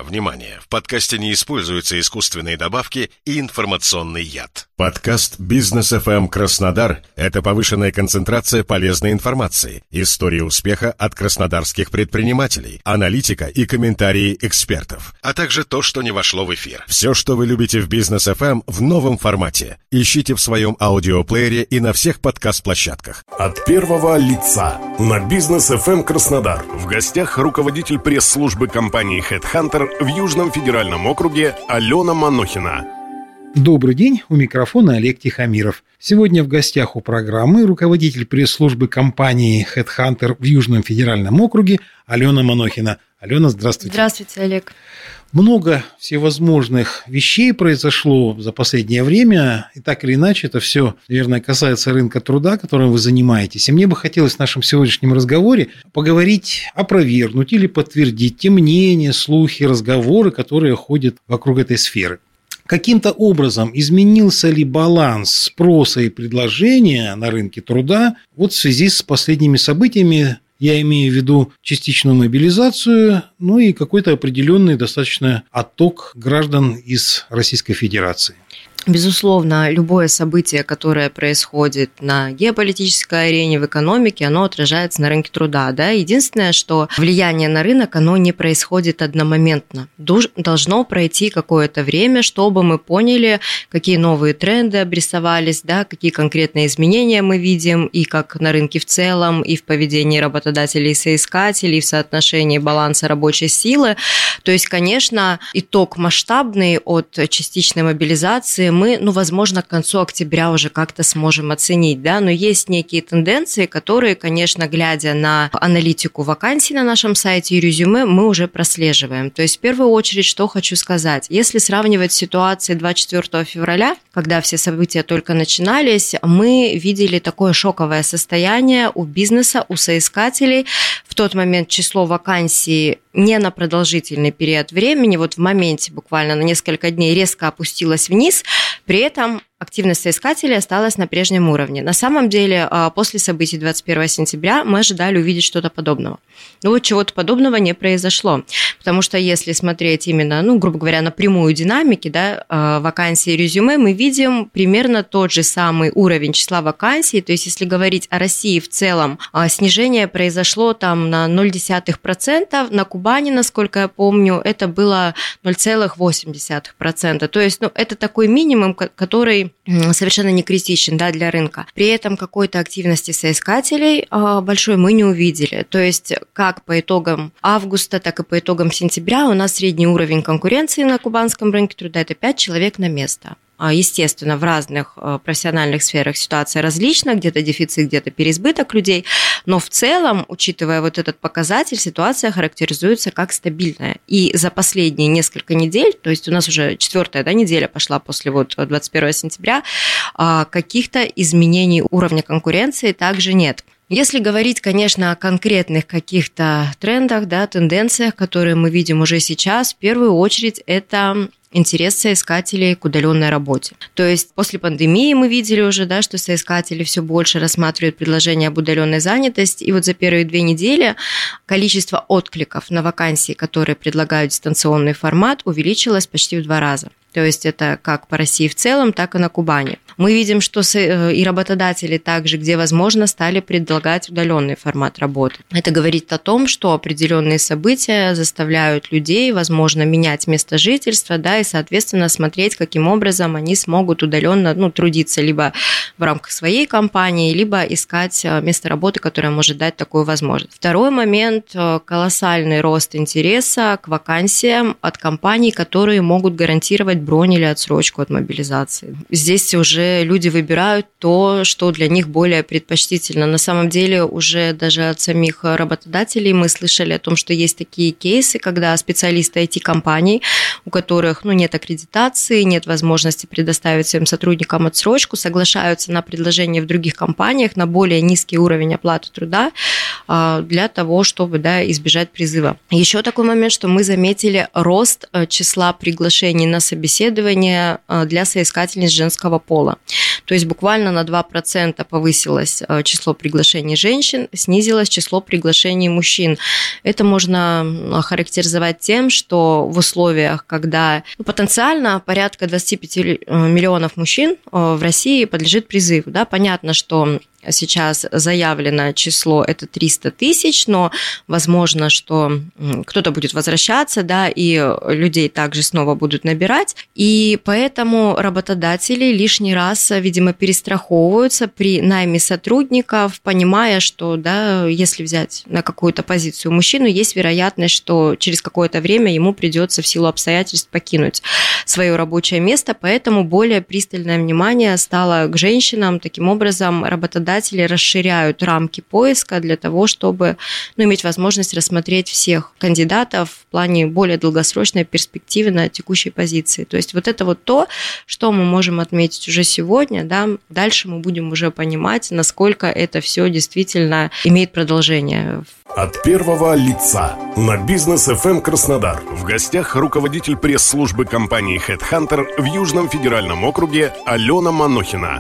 Внимание! В подкасте не используются искусственные добавки и информационный яд. Подкаст «Бизнес FM Краснодар» — это повышенная концентрация полезной информации, истории успеха от краснодарских предпринимателей, аналитика и комментарии экспертов, а также то, что не вошло в эфир. Все, что вы любите в «Бизнес FM» в новом формате. Ищите в своем аудиоплеере и на всех подкаст-площадках. От первого лица на «Бизнес FM Краснодар». В гостях руководитель пресс-службы компании HeadHunter в Южном федеральном округе Алена Манохина. Добрый день, у микрофона Олег Тихомиров. Сегодня в гостях у программы руководитель пресс-службы компании HeadHunter в Южном федеральном округе Алена Манохина. Алена, здравствуйте. Здравствуйте, Олег. Много всевозможных вещей произошло за последнее время, и так или иначе это все, наверное, касается рынка труда, которым вы занимаетесь. И мне бы хотелось в нашем сегодняшнем разговоре поговорить, опровергнуть или подтвердить те мнения, слухи, разговоры, которые ходят вокруг этой сферы. Каким-то образом изменился ли баланс спроса и предложения на рынке труда вот в связи с последними событиями? Я имею в виду частичную мобилизацию, ну и какой-то определенный достаточно отток граждан из Российской Федерации. Безусловно, любое событие, которое происходит на геополитической арене, в экономике, оно отражается на рынке труда. Да? Единственное, что влияние на рынок, оно не происходит одномоментно. Должно пройти какое-то время, чтобы мы поняли, какие новые тренды обрисовались, да, какие конкретные изменения мы видим и как на рынке в целом, и в поведении работодателей и соискателей, и в соотношении баланса рабочей силы. То есть, конечно, итог масштабный от частичной мобилизации мы, возможно, к концу октября уже как-то сможем оценить, да, но есть некие тенденции, которые, конечно, глядя на аналитику вакансий на нашем сайте и резюме, мы уже прослеживаем. То есть, в первую очередь, что хочу сказать, если сравнивать ситуации 24 февраля, когда все события только начинались, мы видели такое шоковое состояние у бизнеса, у соискателей. В тот момент число вакансий не на продолжительный период времени, вот в моменте буквально на несколько дней резко опустилась вниз, при этом активность соискателей осталась на прежнем уровне. На самом деле, после событий 21 сентября мы ожидали увидеть что-то подобного. Но вот чего-то подобного не произошло, потому что если смотреть именно, грубо говоря, на прямую динамики, да, вакансий и резюме, мы видим примерно тот же самый уровень числа вакансий. То есть, если говорить о России в целом, снижение произошло там на 0,1%, на Кубани, насколько я помню, это было 0,8%. То есть, это такой минимум, который совершенно не критичен, да, для рынка. При этом какой-то активности соискателей большой мы не увидели. То есть как по итогам августа, так и по итогам сентября у нас средний уровень конкуренции на кубанском рынке труда – это 5 человек на место. Естественно, в разных профессиональных сферах ситуация различна, где-то дефицит, где-то переизбыток людей, но в целом, учитывая вот этот показатель, ситуация характеризуется как стабильная. И за последние несколько недель, то есть у нас уже 4-я неделя пошла после 21 сентября, каких-то изменений уровня конкуренции также нет. Если говорить, конечно, о конкретных каких-то трендах, да, тенденциях, которые мы видим уже сейчас, в первую очередь это интерес соискателей к удаленной работе. То есть после пандемии мы видели уже, да, что соискатели все больше рассматривают предложения об удаленной занятости, и вот за первые 2 недели количество откликов на вакансии, которые предлагают дистанционный формат, увеличилось почти в 2 раза. То есть это как по России в целом, так и на Кубани. Мы видим, что и работодатели также, где возможно, стали предлагать удаленный формат работы. Это говорит о том, что определенные события заставляют людей, возможно, менять место жительства, да, и, соответственно, смотреть, каким образом они смогут удаленно, трудиться либо в рамках своей компании, либо искать место работы, которое может дать такую возможность. Второй момент – колоссальный рост интереса к вакансиям от компаний, которые могут гарантировать бронь или отсрочку от мобилизации. Здесь уже люди выбирают то, что для них более предпочтительно. На самом деле уже даже от самих работодателей мы слышали о том, что есть такие кейсы, когда специалисты IT-компаний, у которых нет аккредитации, нет возможности предоставить своим сотрудникам отсрочку, соглашаются на предложения в других компаниях на более низкий уровень оплаты труда для того, чтобы избежать призыва. Еще такой момент, что мы заметили рост числа приглашений на собеседование для соискательниц женского пола. То есть буквально на 2% повысилось число приглашений женщин, снизилось число приглашений мужчин. Это можно охарактеризовать тем, что в условиях, когда потенциально порядка 25 миллионов мужчин в России подлежит призыву. Да? Понятно, что сейчас заявлено число это 300 тысяч, но возможно, что кто-то будет возвращаться, да, и людей также снова будут набирать. И поэтому работодатели лишний раз, видимо, перестраховываются при найме сотрудников, понимая, что, да, если взять на какую-то позицию мужчину, есть вероятность, что через какое-то время ему придется в силу обстоятельств покинуть свое рабочее место, поэтому более пристальное внимание стало к женщинам. Таким образом, работодатели расширяют рамки поиска для того, чтобы иметь возможность рассмотреть всех кандидатов в плане более долгосрочной перспективы на текущей позиции. То есть вот это вот то, что мы можем отметить уже сегодня. Да? Дальше мы будем уже понимать, насколько это все действительно имеет продолжение. От первого лица на Бизнес FM Краснодар. В гостях руководитель пресс-службы компании HeadHunter в Южном федеральном округе Алена Манохина.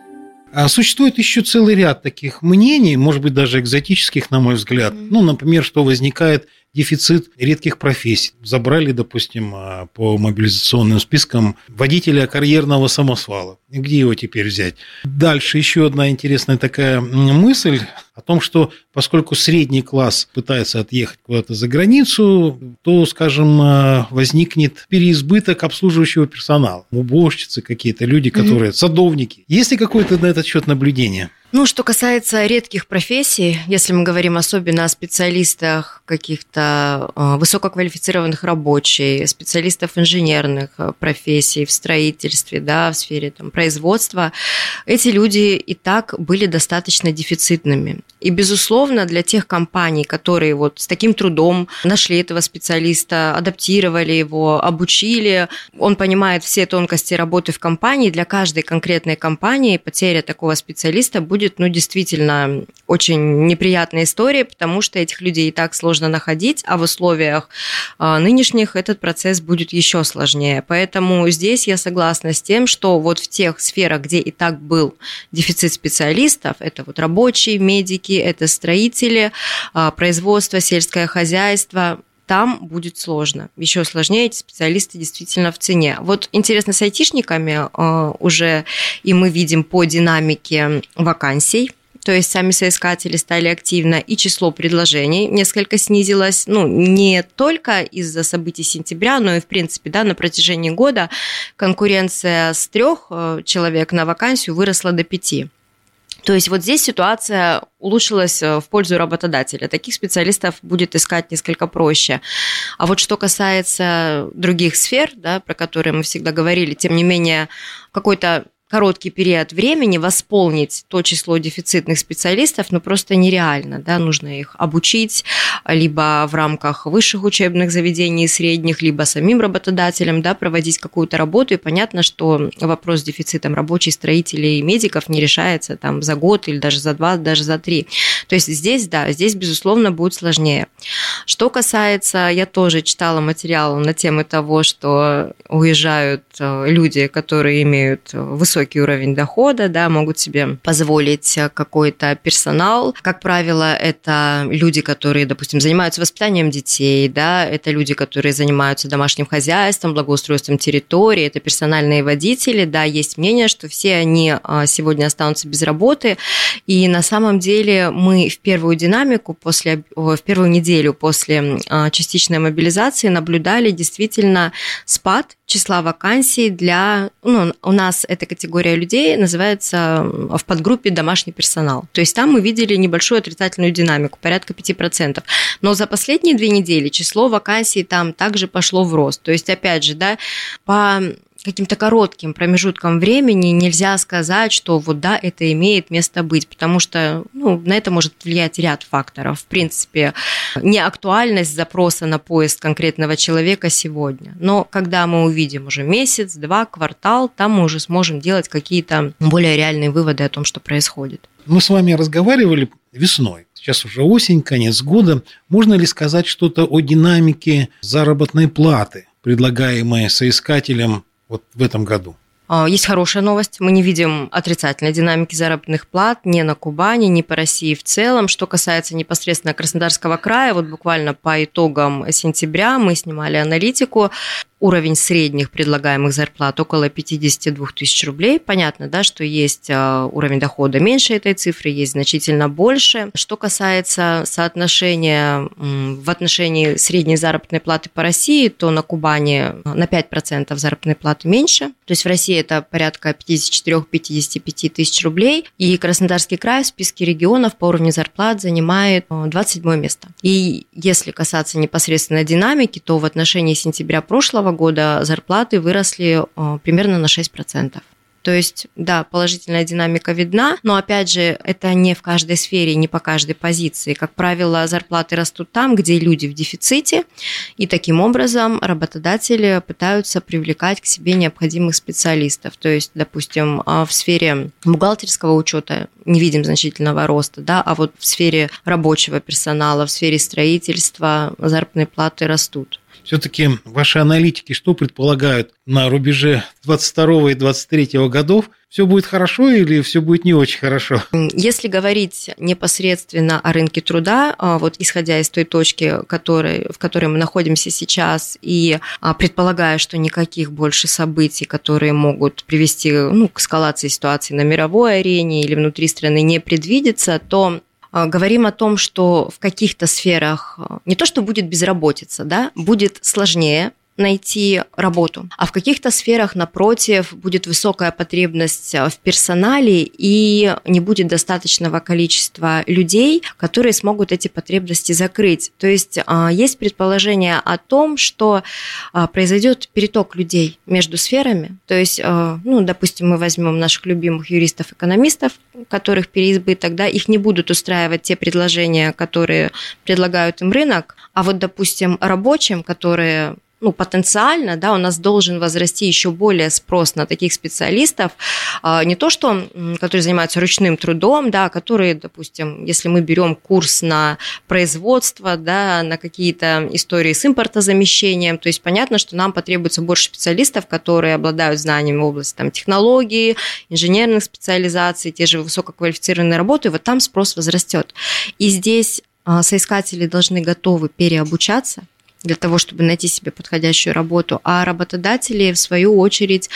А существует еще целый ряд таких мнений, может быть, даже экзотических, на мой взгляд. Например, что возникает дефицит редких профессий. Забрали, допустим, по мобилизационным спискам водителя карьерного самосвала. Где его теперь взять? Дальше еще одна интересная такая мысль о том, что поскольку средний класс пытается отъехать куда-то за границу, то, скажем, возникнет переизбыток обслуживающего персонала. Уборщицы какие-то, люди, которые садовники. Есть ли какое-то на этот счет наблюдение? Что касается редких профессий, если мы говорим особенно о специалистах каких-то высококвалифицированных рабочих, специалистов инженерных профессий в строительстве, да, в сфере производства, эти люди и так были достаточно дефицитными. И, безусловно, для тех компаний, которые вот с таким трудом нашли этого специалиста, адаптировали его, обучили, он понимает все тонкости работы в компании, для каждой конкретной компании потеря такого специалиста будет, действительно очень неприятная история, потому что этих людей и так сложно находить, а в условиях нынешних этот процесс будет еще сложнее. Поэтому здесь я согласна с тем, что вот в тех сферах, где и так был дефицит специалистов, это вот рабочие, медики, это строители, производство, сельское хозяйство, там будет сложно. Еще сложнее, эти специалисты действительно в цене. Вот интересно, с айтишниками уже и мы видим по динамике вакансий, то есть сами соискатели стали активно, и число предложений несколько снизилось, не только из-за событий сентября, но и, в принципе, да, на протяжении года конкуренция с 3 человек на вакансию выросла до 5. То есть вот здесь ситуация улучшилась в пользу работодателя. Таких специалистов будет искать несколько проще. А вот что касается других сфер, да, про которые мы всегда говорили, тем не менее, какой-то короткий период времени восполнить то число дефицитных специалистов, просто нереально. Да? Нужно их обучить либо в рамках высших учебных заведений, средних, либо самим работодателям, да, проводить какую-то работу. И понятно, что вопрос с дефицитом рабочих, строителей и медиков не решается за год или даже за 2, даже за 3. То есть здесь, безусловно, будет сложнее. Что касается, я тоже читала материал на тему того, что уезжают люди, которые имеют высокий уровень дохода, да, могут себе позволить какой-то персонал. Как правило, это люди, которые, допустим, занимаются воспитанием детей, да, это люди, которые занимаются домашним хозяйством, благоустройством территории, это персональные водители, да, есть мнение, что все они сегодня останутся без работы, и на самом деле мы в первую динамику, в первую неделю после частичной мобилизации наблюдали действительно спад числа вакансий для, у нас эта категория людей называется в подгруппе домашний персонал. То есть там мы видели небольшую отрицательную динамику, порядка 5%. Но за последние 2 недели число вакансий там также пошло в рост. То есть, опять же, да, по каким-то коротким промежуткам времени нельзя сказать, что вот да, это имеет место быть, потому что на это может влиять ряд факторов. В принципе, неактуальность запроса на поиск конкретного человека сегодня. Но когда мы увидим уже месяц, 2, квартал, там мы уже сможем делать какие-то более реальные выводы о том, что происходит. Мы с вами разговаривали весной. Сейчас уже осень, конец года. Можно ли сказать что-то о динамике заработной платы, предлагаемой соискателям вот в этом году? Есть хорошая новость. Мы не видим отрицательной динамики заработных плат ни на Кубани, ни по России в целом. Что касается непосредственно Краснодарского края, вот буквально по итогам сентября мы снимали аналитику. Уровень средних предлагаемых зарплат около 52 тысяч рублей. Понятно, да, что есть уровень дохода меньше этой цифры, есть значительно больше. Что касается соотношения в отношении средней заработной платы по России, то на Кубани на 5% заработной платы меньше. То есть в России это порядка 54-55 тысяч рублей. И Краснодарский край в списке регионов по уровню зарплат занимает 27 место. И если касаться непосредственно динамики, то в отношении сентября прошлого года зарплаты выросли примерно на 6%. То есть, да, положительная динамика видна, но, опять же, это не в каждой сфере, не по каждой позиции. Как правило, зарплаты растут там, где люди в дефиците, и таким образом работодатели пытаются привлекать к себе необходимых специалистов. То есть, допустим, в сфере бухгалтерского учета не видим значительного роста, да, а вот в сфере рабочего персонала, в сфере строительства заработные платы растут. Все-таки ваши аналитики что предполагают на рубеже 22 и 23 годов? Все будет хорошо или все будет не очень хорошо? Если говорить непосредственно о рынке труда, вот исходя из той точки, в которой мы находимся сейчас, и предполагая, что никаких больше событий, которые могут привести к эскалации ситуации на мировой арене или внутри страны, не предвидится, то говорим о том, что в каких-то сферах не то, что будет безработица, да, будет сложнее найти работу, а в каких-то сферах, напротив, будет высокая потребность в персонале и не будет достаточного количества людей, которые смогут эти потребности закрыть. То есть есть предположение о том, что произойдет переток людей между сферами. То есть, допустим, мы возьмем наших любимых юристов-экономистов, которых переизбыток, да, их не будут устраивать те предложения, которые предлагают им рынок, а вот, допустим, рабочим, которые потенциально, да, у нас должен возрасти еще более спрос на таких специалистов, не то что, которые занимаются ручным трудом, да, которые, допустим, если мы берем курс на производство, да, на какие-то истории с импортозамещением, то есть понятно, что нам потребуется больше специалистов, которые обладают знаниями в области технологий, инженерных специализаций, те же высококвалифицированные работы, вот там спрос возрастет. И здесь соискатели должны готовы переобучаться для того, чтобы найти себе подходящую работу, а работодатели, в свою очередь,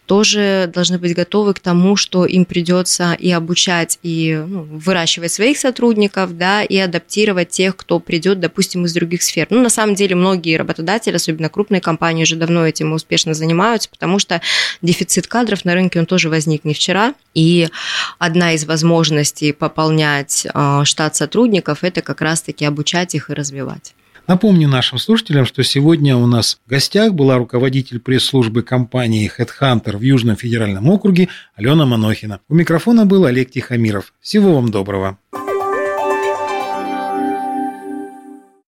тоже должны быть готовы к тому, что им придется и обучать, и выращивать своих сотрудников, да, и адаптировать тех, кто придет, допустим, из других сфер. На самом деле, многие работодатели, особенно крупные компании, уже давно этим успешно занимаются, потому что дефицит кадров на рынке, он тоже возник не вчера, и одна из возможностей пополнять штат сотрудников – это как раз-таки обучать их и развивать. Напомню нашим слушателям, что сегодня у нас в гостях была руководитель пресс-службы компании HeadHunter в Южном федеральном округе Алена Манохина. У микрофона был Олег Тихомиров. Всего вам доброго.